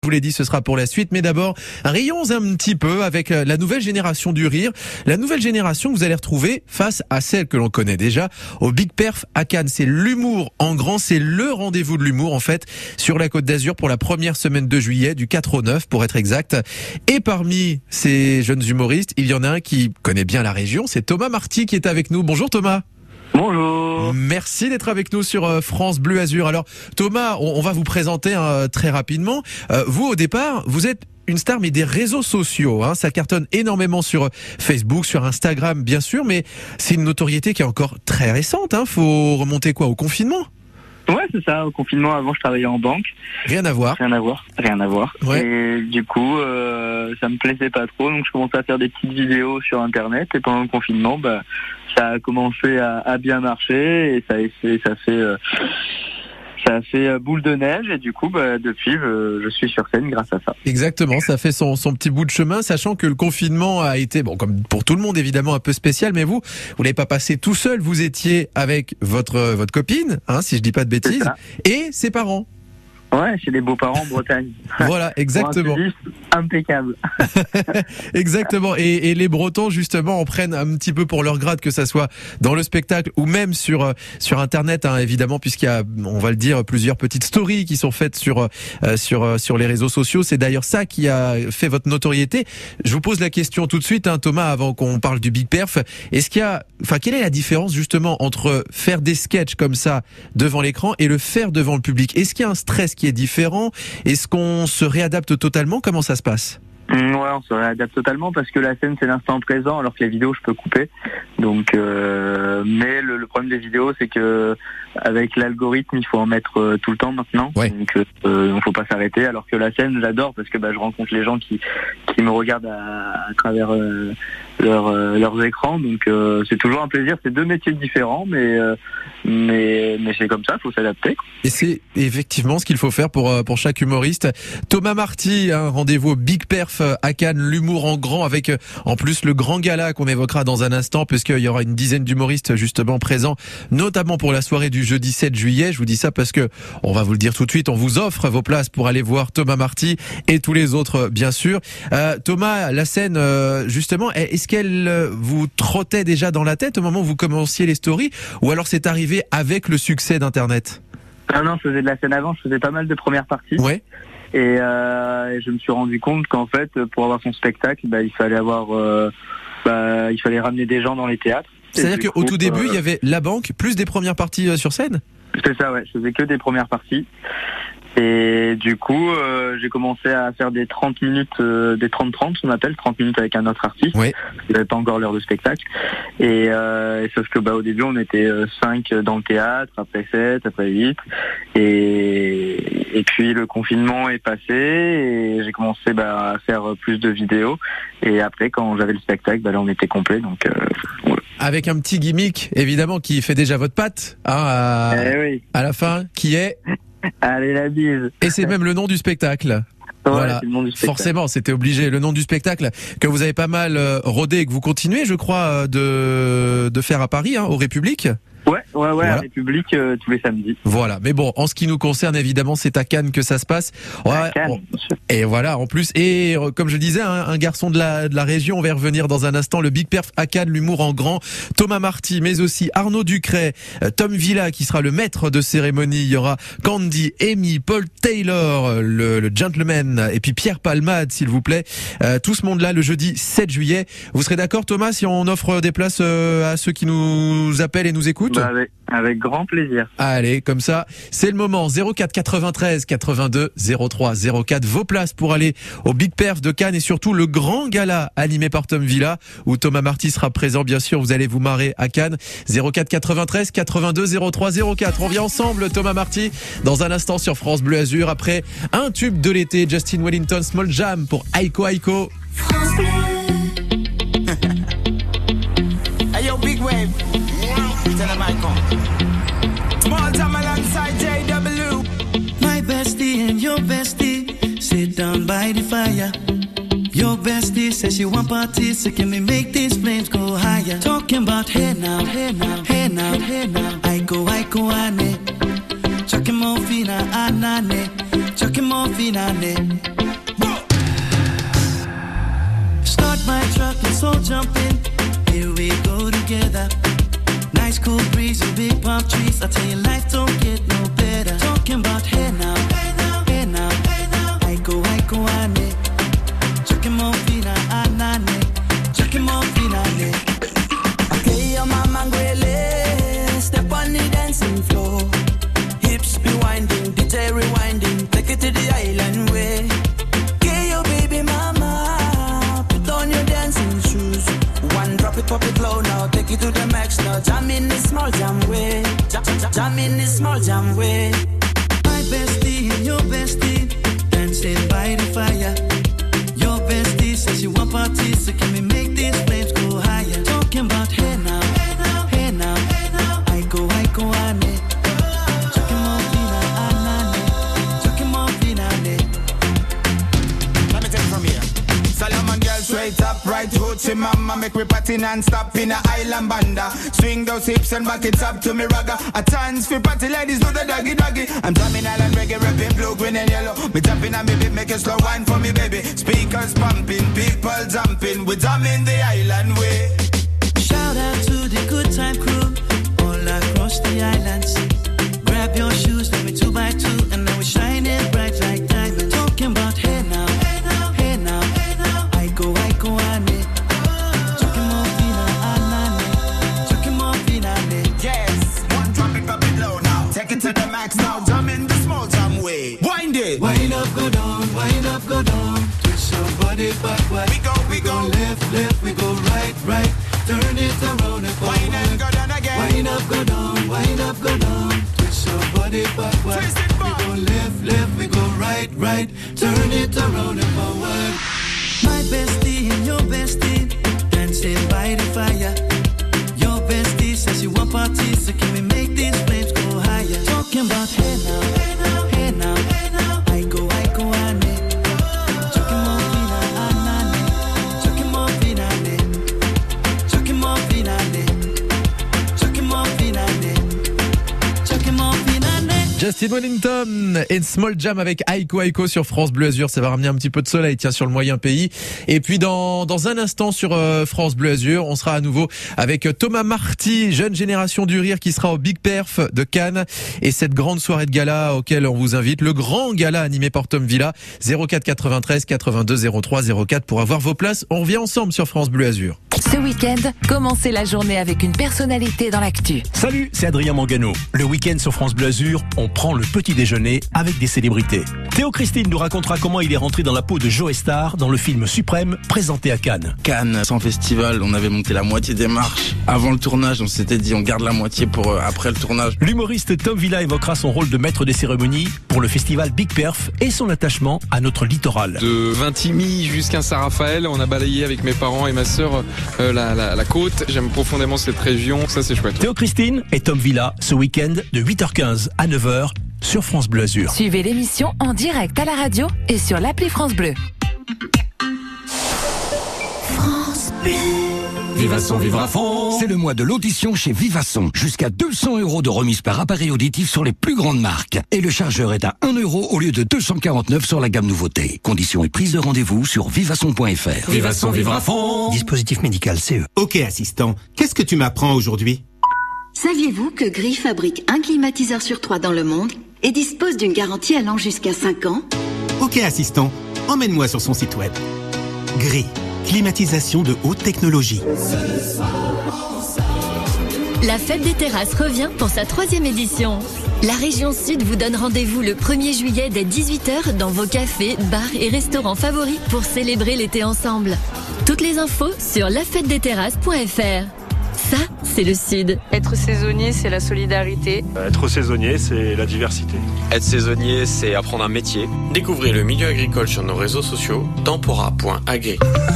Je vous l'ai dit, ce sera pour la suite, mais d'abord, rayons un petit peu avec la nouvelle génération du rire. La nouvelle génération que vous allez retrouver face à celle que l'on connaît déjà au Big Perf à Cannes. C'est l'humour en grand, c'est le rendez-vous de l'humour en fait sur la Côte d'Azur pour la première semaine de juillet, du 4 au 9 pour être exact. Et parmi ces jeunes humoristes, il y en a un qui connaît bien la région, c'est Thomas Marty qui est avec nous. Bonjour Thomas. Bonjour. Merci d'être avec nous sur France Bleu Azur. Alors Thomas, on va vous présenter très rapidement. Vous au départ, vous êtes une star mais des réseaux sociaux. Ça cartonne énormément sur Facebook, sur Instagram bien sûr, mais c'est une notoriété qui est encore très récente. Faut remonter au confinement. Ouais, c'est ça. Au confinement, avant, je travaillais en banque. Rien à voir. Ouais. Et du coup, ça me plaisait pas trop, donc je commençais à faire des petites vidéos sur Internet. Et pendant le confinement, ça a commencé à bien marcher et ça a fait boule de neige. Et du coup, depuis, je suis sur scène grâce à ça. Exactement, ça fait son petit bout de chemin, sachant que le confinement a été, comme pour tout le monde évidemment, un peu spécial, mais vous l'avez pas passé tout seul, vous étiez avec votre copine, si je dis pas de bêtises, et ses parents. Ouais, chez les beaux-parents en Bretagne. Voilà, exactement. Impeccable. Exactement. Et les Bretons, justement, en prennent un petit peu pour leur grade, que ça soit dans le spectacle ou même sur Internet, évidemment, puisqu'il y a, on va le dire, plusieurs petites stories qui sont faites sur les réseaux sociaux. C'est d'ailleurs ça qui a fait votre notoriété. Je vous pose la question tout de suite, Thomas, avant qu'on parle du Big Perf. Quelle est la différence, justement, entre faire des sketchs comme ça devant l'écran et le faire devant le public? Est-ce qu'il y a un stress qui est différent? Est-ce qu'on se réadapte totalement? Comment ça se passe? Ouais, on se réadapte totalement parce que la scène c'est l'instant présent, alors que les vidéos je peux couper. Donc, mais le problème des vidéos c'est que avec l'algorithme il faut en mettre tout le temps maintenant. Ouais. Donc il faut pas s'arrêter. Alors que la scène j'adore parce que je rencontre les gens qui me regardent à travers leurs écrans. Donc c'est toujours un plaisir. C'est deux métiers différents, mais c'est comme ça, faut s'adapter. Et c'est effectivement ce qu'il faut faire pour chaque humoriste. Thomas Marty, rendez-vous au Big Perf à Cannes, l'humour en grand avec en plus le grand gala qu'on évoquera dans un instant, puisqu'il y aura une dizaine d'humoristes justement présents, notamment pour la soirée du jeudi 7 juillet. Je vous dis ça parce que on va vous le dire tout de suite, on vous offre vos places pour aller voir Thomas Marty et tous les autres bien sûr. Thomas, la scène justement, est-ce qu'elle vous trottait déjà dans la tête au moment où vous commenciez les stories, ou alors c'est arrivé avec le succès d'Internet? Non, je faisais de la scène avant, je faisais pas mal de premières parties. Ouais. Et je me suis rendu compte qu'en fait, pour avoir son spectacle, il fallait ramener des gens dans les théâtres. C'est-à-dire qu'au tout début, il y avait la banque plus des premières parties sur scène? C'est ça, ouais. Je faisais que des premières parties. Et du coup, j'ai commencé à faire des 30 minutes, des 30-30, on appelle, 30 minutes avec un autre artiste. Oui. Il n'avait pas encore l'heure de spectacle. Et sauf que au début, on était 5 dans le théâtre, après 7, après 8. Et puis le confinement est passé et j'ai commencé à faire plus de vidéos. Et après, quand j'avais le spectacle, là, on était complet. Donc, ouais. Avec un petit gimmick, évidemment, qui fait déjà votre patte, à la fin, qui est... Allez, la bise. Et c'est même le nom du spectacle. Ouais, voilà. c'est le nom du spectacle. Forcément, c'était obligé. Le nom du spectacle que vous avez pas mal rodé et que vous continuez, je crois, de faire à Paris, au République. Ouais, voilà. À République, tous les samedis. Voilà, mais bon, en ce qui nous concerne, évidemment, c'est à Cannes que ça se passe. À Cannes, bien sûr. Et voilà, en plus, et comme je disais, un garçon de la région, on va y revenir dans un instant, le Big Perf à Cannes, l'humour en grand, Thomas Marty, mais aussi Arnaud Ducret, Tom Villa, qui sera le maître de cérémonie, il y aura Candy, Amy, Paul Taylor, le gentleman, et puis Pierre Palmade, s'il vous plaît. Tout ce monde-là, le jeudi 7 juillet. Vous serez d'accord, Thomas, si on offre des places à ceux qui nous appellent et nous écoutent? Avec grand plaisir. Allez, comme ça, c'est le moment. 04 93 82 03 04. Vos places pour aller au Big Perf de Cannes et surtout le grand gala animé par Tom Villa où Thomas Marty sera présent. Bien sûr, vous allez vous marrer à Cannes. 04 93 82 03 04. On vient ensemble, Thomas Marty, dans un instant sur France Bleu Azur après un tube de l'été, Justin Wellington, Small Jam pour Aiko Aiko. France Bleu. Hey yo, Big Wave. Tell him I come. Small Jam alongside JW. My bestie and your bestie sit down by the fire. Your bestie says she want parties, so can we make these flames go higher? Talking about hey now, hey now, hey now, hey now. I go, ane. Chucking more fina, anane. Chucking more fina, ane. your soul jumping. Here we go together. Nice cool breeze and big palm trees. I tell you, life don't get no better. Talking about hey now, hey now, hey now, hey now. Aiko, ane. Chucking more fina, anane. Chucking more fina, ane. Okay, your mama ngwele. Step on the dancing floor. Hips be winding, DJ rewinding. Take it to the island way. Okay, your baby mama. Put on your dancing shoes. One drop it, pop it low now. Take it to the max now. Jam in this small jam way. Jam in this small jam way. My bestie and your bestie dancing by the fire. Your bestie says you want parties, so can we make these flames go higher? Talking about hey now, hey now, hey now, hey now. Aiko, ane. Chucking more fina, anane. Chucking more fina, ane. Let me take it from here. Solomon girl straight up, right hoochie mama. Make me party non-stop in a island banda. Swing those hips and back it up to me ragga. A chance for party ladies do the doggy doggy. I'm drumming island reggae, rapping blue, green and yellow. Me tapping on me beat, make a slow wine for me baby. Speakers pumping, people jumping. We drumming the island way. Shout out to the good time crew all across the islands. Grab your shoes, let me 2x2, and now we're shining bright like diamonds. Talking about hey now, hey now, hey now, hey now. Aiko, ane. Chucking more fina, anane. Chucking more fina, ane. Yes, one drop it low now. Take it to the max now. Jump in the small jam way. Wind it. Wind up, go down, wind up, go down. Twist your body backward. We go left, we go right. Turn it around and forward. Wind and go down again. Wind up, go down, wind up, go down. Twist your body backward. Twist it back. We go left, we go right. Turn it around and forward. My bestie and your bestie dancing by the fire. Your bestie says you want parties, so can we make these flames go higher? Talking about hey now, hey now, hey now, hey now. Aiko, ane. Chucking more fina, anane. Chucking more fina, ane. Chucking more fina, ane. Chucking more fina, ane. Chucking more fina, ane. Justin Wellington et Small Jam avec Aiko sur France Bleu Azur. Ça va ramener un petit peu de soleil, tiens, sur le moyen pays. Et puis dans un instant sur France Bleu Azur, on sera à nouveau avec Thomas Marty, jeune génération du rire, qui sera au Big Perf de Cannes. Et cette grande soirée de gala auquel on vous invite, le grand gala animé par Tom Villa, 04 93 82 03 04 pour avoir vos places. On revient ensemble sur France Bleu Azur. Ce week-end, commencez la journée avec une personnalité dans l'actu. Salut, c'est Adrien Mangano. Le week-end sur France Bleu Azur, on prend le petit déjeuner avec des célébrités. Théo Christine nous racontera comment il est rentré dans la peau de Joe Star dans le film Suprême présenté à Cannes. Cannes, sans festival, on avait monté la moitié des marches. Avant le tournage, on s'était dit on garde la moitié pour après le tournage. L'humoriste Tom Villa évoquera son rôle de maître des cérémonies pour le festival Big Perf et son attachement à notre littoral. De Vintimille jusqu'à Saint-Raphaël, on a balayé avec mes parents et ma sœur la côte. J'aime profondément cette région, ça c'est chouette. Théo Christine et Tom Villa ce week-end de 8h15 à 9h sur France Bleu Azur. Suivez l'émission en direct à la radio et sur l'appli France Bleu. France Bleu. Vivasson, vivre à fond. C'est le mois de l'audition chez Vivasson. Jusqu'à 200 € de remise par appareil auditif sur les plus grandes marques. Et le chargeur est à 1 € au lieu de 249 sur la gamme nouveauté. Conditions et prise de rendez-vous sur vivasson.fr. Vivasson, vivre à fond. Dispositif médical CE. Ok assistant, qu'est-ce que tu m'apprends aujourd'hui? Saviez-vous que Gris fabrique un climatiseur sur 3 dans le monde et dispose d'une garantie allant jusqu'à 5 ans? Ok assistant, emmène-moi sur son site web. Gris, climatisation de haute technologie. La fête des terrasses revient pour sa 3e édition. La région Sud vous donne rendez-vous le 1er juillet dès 18h dans vos cafés, bars et restaurants favoris pour célébrer l'été ensemble. Toutes les infos sur lafêtedesteterrasses.fr. Ça, c'est le Sud. Être saisonnier, c'est la solidarité. Être saisonnier, c'est la diversité. Être saisonnier, c'est apprendre un métier. Découvrez le milieu agricole sur nos réseaux sociaux, tempora.agri.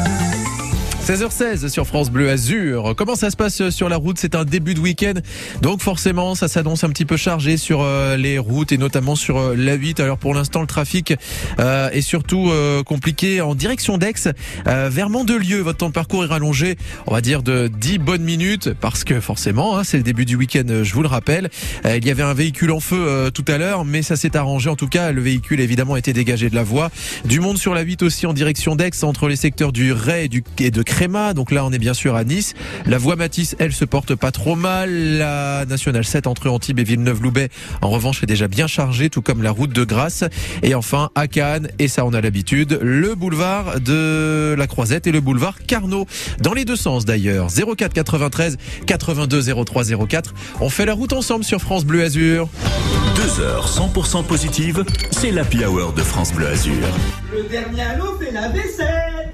16h16 sur France Bleu Azur. Comment ça se passe sur la route? C'est un début de week-end, donc forcément ça s'annonce un petit peu chargé sur les routes et notamment sur l'A8. Alors pour l'instant le trafic est surtout compliqué en direction d'Aix vers Mandelieu. Votre temps de parcours est rallongé, on va dire de 10 bonnes minutes parce que forcément c'est le début du week-end, je vous le rappelle. Il y avait un véhicule en feu tout à l'heure, mais ça s'est arrangé. En tout cas le véhicule évidemment a été dégagé de la voie. Du monde sur l'A8 aussi en direction d'Aix entre les secteurs du Ray et de Créma. Donc là, on est bien sûr à Nice. La voie Matisse, elle, se porte pas trop mal. La nationale 7 entre Antibes et Villeneuve-Loubet, en revanche, est déjà bien chargée, tout comme la route de Grasse. Et enfin, à Cannes, et ça on a l'habitude, le boulevard de la Croisette et le boulevard Carnot. Dans les deux sens d'ailleurs. 04 93 82 03 04. On fait la route ensemble sur France Bleu Azur. 2 heures 100% positives, c'est l'Happy Hour de France Bleu Azur. Le dernier halo fait la vaisselle.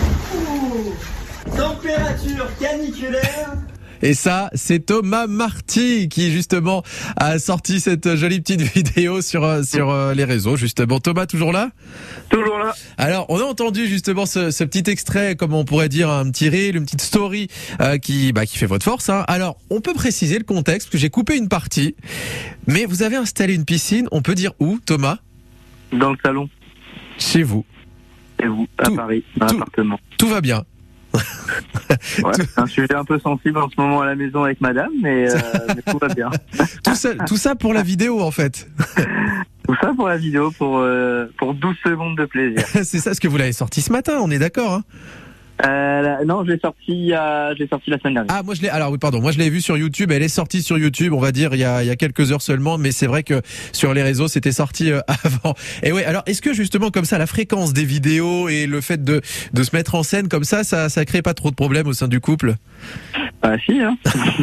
Température caniculaire. Et ça, c'est Thomas Marty qui justement a sorti cette jolie petite vidéo sur les réseaux. Justement, Thomas, toujours là ? Toujours là. Alors, on a entendu justement ce petit extrait, comme on pourrait dire un petit reel, une petite story qui fait votre force. Hein. Alors, on peut préciser le contexte, parce que j'ai coupé une partie, mais vous avez installé une piscine, on peut dire où, Thomas ? Dans le salon. Chez vous. Chez vous, à Paris, dans l'appartement. Tout va bien. Ouais, c'est un sujet un peu sensible en ce moment à la maison avec madame, mais tout va bien. Tout ça pour la vidéo en fait. Tout ça pour la vidéo, pour 12 secondes de plaisir. C'est ça, ce que vous l'avez sorti ce matin, on est d'accord hein? Non, je l'ai sorti la semaine dernière. Ah, moi je l'ai vu sur YouTube. Elle est sortie sur YouTube, on va dire il y a quelques heures seulement, mais c'est vrai que sur les réseaux c'était sorti avant. Et ouais, alors est-ce que justement comme ça la fréquence des vidéos et le fait de se mettre en scène comme ça crée pas trop de problèmes au sein du couple? Ah si hein.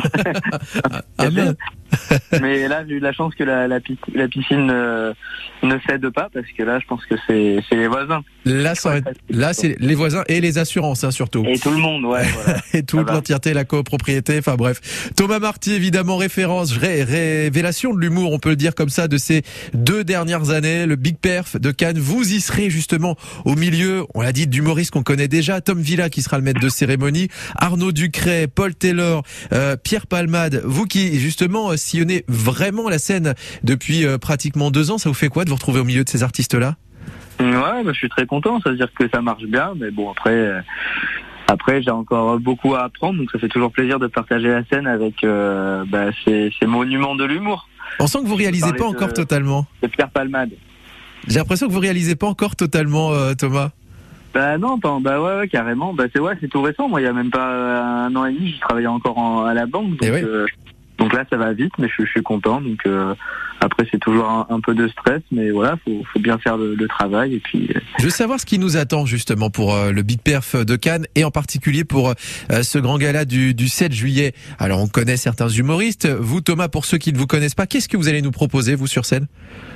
Ben. Mais là j'ai eu la chance que la piscine ne cède pas, parce que là je pense que c'est les voisins. Là c'est les voisins et les assurances hein, surtout. Et tout le monde, ouais. Voilà. Et toute l'entièreté, la copropriété, enfin bref. Thomas Marty, évidemment référence, révélation de l'humour, on peut le dire comme ça, de ces 2 dernières années, le Big Perf de Cannes. Vous y serez justement au milieu, on l'a dit, d'humoristes qu'on connaît déjà, Tom Villa qui sera le maître de cérémonie, Arnaud Ducret, Paul Taylor, Pierre Palmade, vous qui justement sillonnez vraiment la scène depuis pratiquement 2 ans, ça vous fait quoi de vous retrouver au milieu de ces artistes-là ? Ouais, je suis très content, ça veut dire que ça marche bien, mais bon après j'ai encore beaucoup à apprendre, donc ça fait toujours plaisir de partager la scène avec ces monuments de l'humour. On sent que vous réalisez pas encore totalement. C'est Pierre Palmade. J'ai l'impression que vous réalisez pas encore totalement, Thomas. Non, ouais, carrément. C'est tout récent. Moi, il y a même pas 1 an et demi, je travaillais encore à la banque, donc là ça va vite, mais je suis content. Donc après c'est toujours un peu de stress, mais voilà, faut bien faire le travail et puis. Je veux savoir ce qui nous attend justement pour le Big Perf de Cannes et en particulier pour ce grand gala du 7 juillet. Alors on connaît certains humoristes. Vous Thomas, pour ceux qui ne vous connaissent pas, qu'est-ce que vous allez nous proposer vous sur scène ?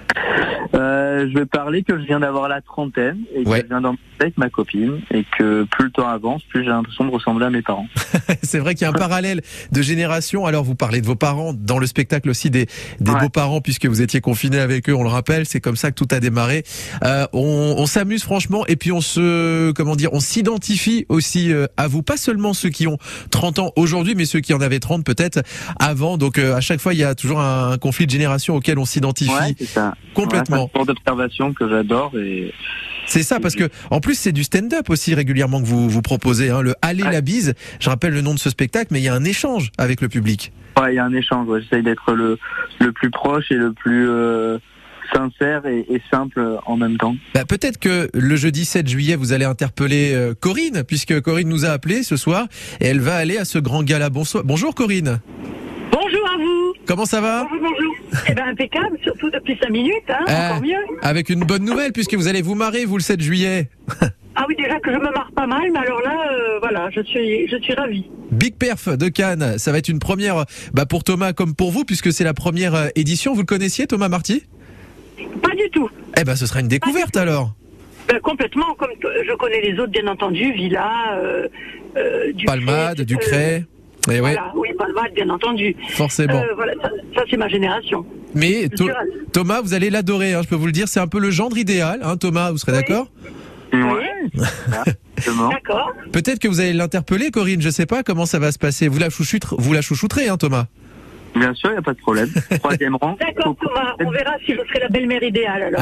Je vais parler que je viens d'avoir la trentaine et que je viens d'emménager avec ma copine et que plus le temps avance, plus j'ai l'impression de ressembler à mes parents. C'est vrai qu'il y a un parallèle de génération. Alors vous parlez de vos parents, dans le spectacle aussi des beaux-parents puisque vous étiez confinés avec eux, on le rappelle, c'est comme ça que tout a démarré. On s'amuse franchement et puis on s'identifie aussi à vous, pas seulement ceux qui ont 30 ans aujourd'hui, mais ceux qui en avaient 30 peut-être avant. Donc à chaque fois il y a toujours un conflit de génération auquel on s'identifie. Ouais, c'est ça. Complètement. Ouais, c'est un sport d'observation que j'adore et c'est ça, parce que en plus c'est du stand-up aussi régulièrement que vous proposez, hein, le Aller la bise. Je rappelle le nom de ce spectacle, mais il y a un échange avec le public. Ouais, il y a un échange. Ouais. J'essaye d'être le plus proche et le plus sincère et simple en même temps. Peut-être que le jeudi 7 juillet, vous allez interpeller Corinne, puisque Corinne nous a appelé ce soir et elle va aller à ce grand gala. Bonjour Corinne. Bonjour à vous. Comment ça va ? Bonjour. Impeccable, surtout depuis 5 minutes, encore mieux. Avec une bonne nouvelle, puisque vous allez vous marrer, vous, le 7 juillet. Ah oui, déjà que je me marre pas mal, mais alors là, voilà, je suis ravie. Big Perf de Cannes, ça va être une première pour Thomas comme pour vous, puisque c'est la première édition. Vous le connaissiez, Thomas Marty ? Pas du tout. Ce sera une découverte alors. Complètement, comme je connais les autres, bien entendu, Villa, Ducret, Palmade, Ducret. Voilà, oui, Palmade, bien entendu. Forcément. Voilà, ça c'est ma génération. Mais Thomas, vous allez l'adorer, hein, je peux vous le dire, c'est un peu le gendre idéal, hein, Thomas, vous serez d'accord ? Ouais. D'accord. Peut-être que vous allez l'interpeller, Corinne, je sais pas comment ça va se passer. Vous la chouchouterez, hein, Thomas ? Bien sûr, il n'y a pas de problème. 3e rang. D'accord, Thomas, on verra si je serai la belle-mère idéale alors.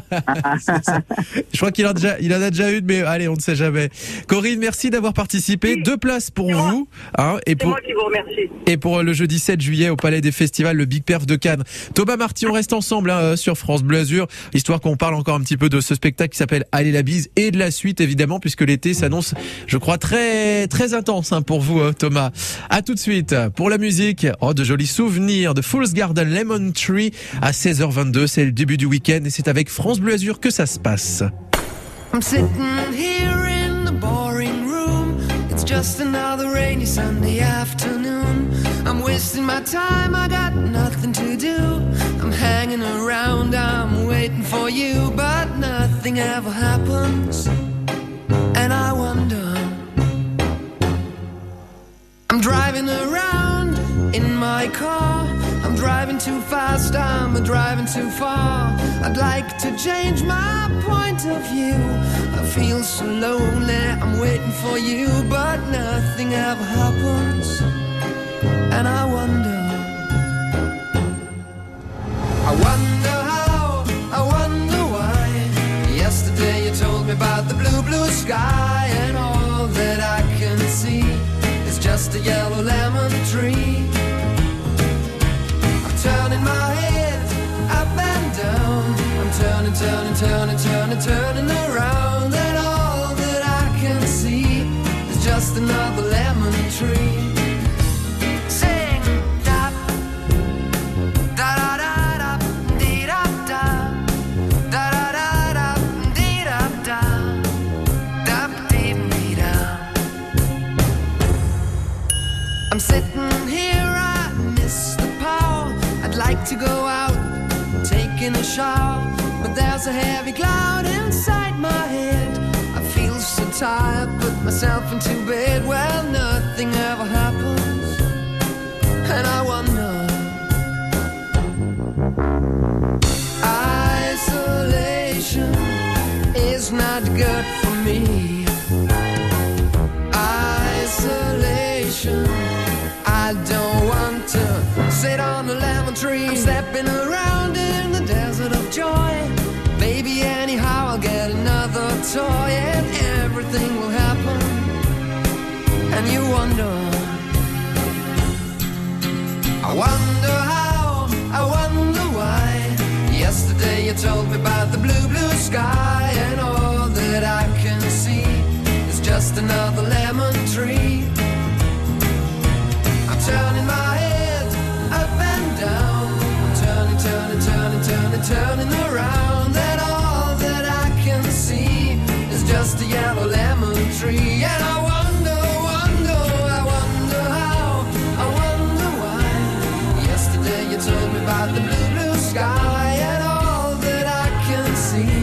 Je crois qu'il en a déjà une, mais allez, on ne sait jamais. Corinne, merci d'avoir participé. 2 places pour vous. Hein, C'est moi qui vous remercie. Et pour le jeudi 7 juillet au Palais des Festivals, le Big Perf de Cannes. Thomas Marty, on reste ensemble sur France Bleu Azur, histoire qu'on parle encore un petit peu de ce spectacle qui s'appelle Allez la bise et de la suite évidemment, puisque l'été s'annonce, je crois, très très intense pour vous, Thomas. À tout de suite pour la musique. De jolis souvenirs de Fool's Garden, Lemon Tree à 16h22. C'est le début du week-end et c'est avec France Bleu Azur que ça se passe. I'm sitting here in the boring room. It's just another rainy Sunday afternoon. I'm wasting my time, I got nothing to do. I'm hanging around, I'm waiting for you, but nothing ever happens. And I wonder, I'm driving around in my car. I'm driving too fast, I'm driving too far. I'd like to change my point of view. I feel so lonely, I'm waiting for you, but nothing ever happens. And I wonder how, I wonder why. Yesterday you told me about the blue, blue sky, and all that I can see is just a yellow lemon tree. I'm turning my head up and down. I'm turning, turning, turning, turning, turning around, and all that I can see is just another lemon tree. Sing da da da da da dee da da da da da da dee da da da dee dee da. I'm sitting here, I miss the power. I'd like to go out, taking a shower, but there's a heavy cloud inside my head. I feel so tired, put myself into bed. Well, nothing ever happens, and I wonder. Isolation is not good for me. Isolation, I don't want to sit on a lemon tree. I'm stepping around in the desert of joy. Maybe anyhow I'll get another toy, and everything will happen. And you wonder, I wonder how, I wonder why. Yesterday you told me about the blue, blue sky, and all that I can see is just another lemon tree. I'm turning my head up and down. I'm turning, turning, turning, turning, turning around, and all that I can see is just a yellow lemon tree. And I wonder, wonder, I wonder how, I wonder why. Yesterday you told me about the blue, blue sky, and all that I can see,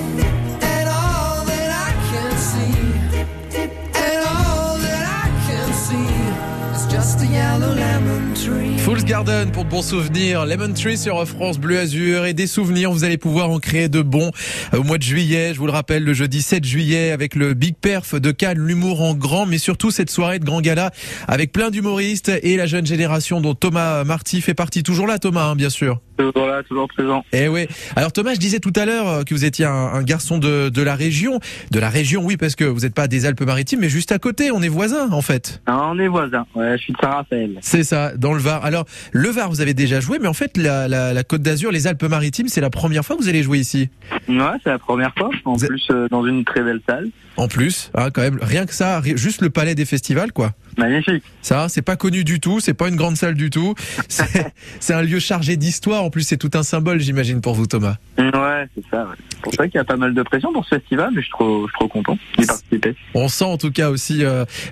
and all that I can see, and all that I can see is just a yellow lemon tree. Fool's Garden pour de bons souvenirs, Lemon Tree sur France Bleu Azur, et des souvenirs, vous allez pouvoir en créer de bons au mois de juillet, je vous le rappelle, le jeudi 7 juillet avec le Big Perf de Cannes, l'humour en grand, mais surtout cette soirée de grand gala avec plein d'humoristes et la jeune génération dont Thomas Marty fait partie. Toujours là, Thomas, bien sûr. Toujours là, toujours présent. Eh oui. Alors Thomas, je disais tout à l'heure que vous étiez un garçon de la région. De la région, oui, parce que vous n'êtes pas des Alpes-Maritimes, mais juste à côté, on est voisins en fait. Non, on est voisins, ouais, je suis de Saint-Raphaël. C'est ça, dans le Var. Alors, le Var, vous avez déjà joué, mais en fait, la Côte d'Azur, les Alpes-Maritimes, c'est la première fois que vous allez jouer ici. Ouais, c'est la première fois, en plus dans une très belle salle. En plus, hein, quand même, rien que ça, juste le Palais des Festivals, quoi. Magnifique. Ça, c'est pas connu du tout, c'est pas une grande salle du tout. C'est un lieu chargé d'histoire, en plus c'est tout un symbole, j'imagine, pour vous, Thomas. Ouais, c'est ça. Ouais. C'est pour ça qu'il y a pas mal de pression pour ce festival, mais je suis trop content d'y participer. On sent en tout cas aussi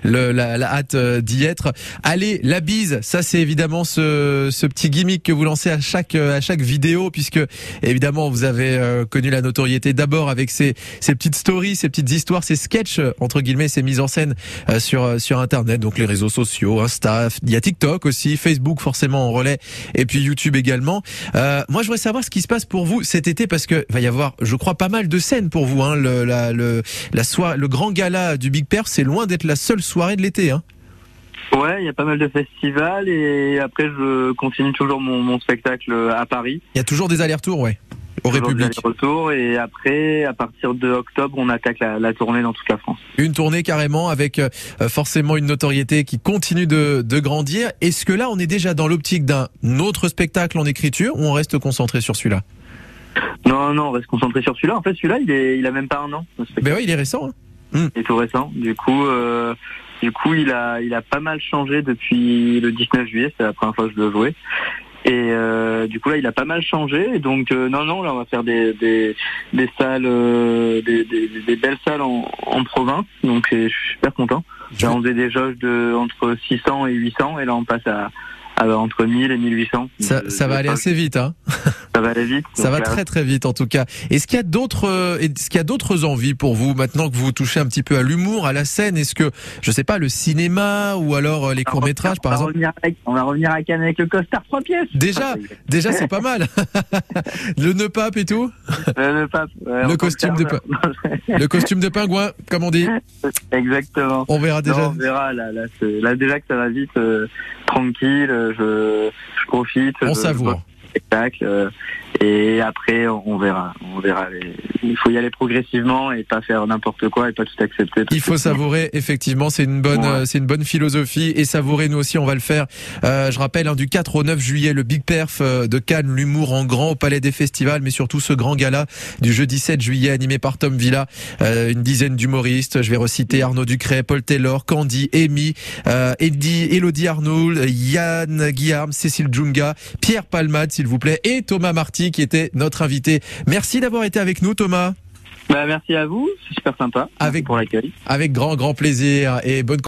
la hâte d'y être. Allez, la bise, ça c'est évidemment ce petit gimmick que vous lancez à chaque vidéo, puisque évidemment vous avez connu la notoriété d'abord avec ces petites stories, ces petites histoires, ces sketchs entre guillemets, ces mises en scène sur internet, donc les réseaux sociaux, Insta, il y a TikTok aussi, Facebook forcément en relais, et puis YouTube également. Moi je voudrais savoir ce qui se passe pour vous cet été, parce que va y avoir, je crois, pas mal de scènes pour vous, hein. Le grand gala du Big Perf, c'est loin d'être la seule soirée de l'été, hein. Ouais, il y a pas mal de festivals et après je continue toujours mon spectacle à Paris. Il y a toujours des allers-retours, ouais. Au République. Retour et après, à partir de octobre, on attaque la tournée dans toute la France. Une tournée carrément avec forcément une notoriété qui continue de grandir. Est-ce que là, on est déjà dans l'optique d'un autre spectacle en écriture ou on reste concentré sur celui-là? Non, on reste concentré sur celui-là. En fait, celui-là, il a même pas un an. Ben ouais, il est récent. Hein. Il est tout récent. Du coup, il a pas mal changé depuis le 19 juillet. C'est la première fois que je le jouais. Et du coup là il a pas mal changé et donc non là on va faire des salles des belles salles en province, donc je suis super content. Là, on faisait des jauges entre 600 et 800 et là on passe à entre 1000 et 1800. Ça va aller assez vite, hein. Ça va aller vite. Ça va très très vite en tout cas. Est-ce qu'il y a d'autres envies pour vous maintenant que vous touchez un petit peu à l'humour, à la scène? Est-ce que, je sais pas, le cinéma ou alors les courts-métrages par exemple? On va revenir à Cannes avec le costard 3 pièces. Déjà c'est pas mal. Le nœud pape et tout. Le pape. Ouais, le costume de pingouin, comme on dit. Exactement. On verra déjà. Non, on verra là déjà que ça va vite, tranquille. Je profite. On savoure. Spectacle et après on verra. Il faut y aller progressivement et pas faire n'importe quoi et pas tout accepter. Il faut savourer, effectivement, c'est une bonne philosophie et savourer, nous aussi on va le faire. Je rappelle, du 4 au 9 juillet, le Big Perf de Cannes, l'humour en grand au Palais des Festivals, mais surtout ce grand gala du jeudi 7 juillet animé par Tom Villa, une dizaine d'humoristes. Je vais reciter Arnaud Ducret, Paul Taylor, Candy, Amy, Elodie Arnould, Yann Guillaume, Cécile Djunga, Pierre Palmade, s'il vous plaît, et Thomas Marty qui était notre invité. Merci d'avoir été avec nous, Thomas. Merci à vous, c'est super sympa. Merci pour l'accueil. Avec grand plaisir et bonne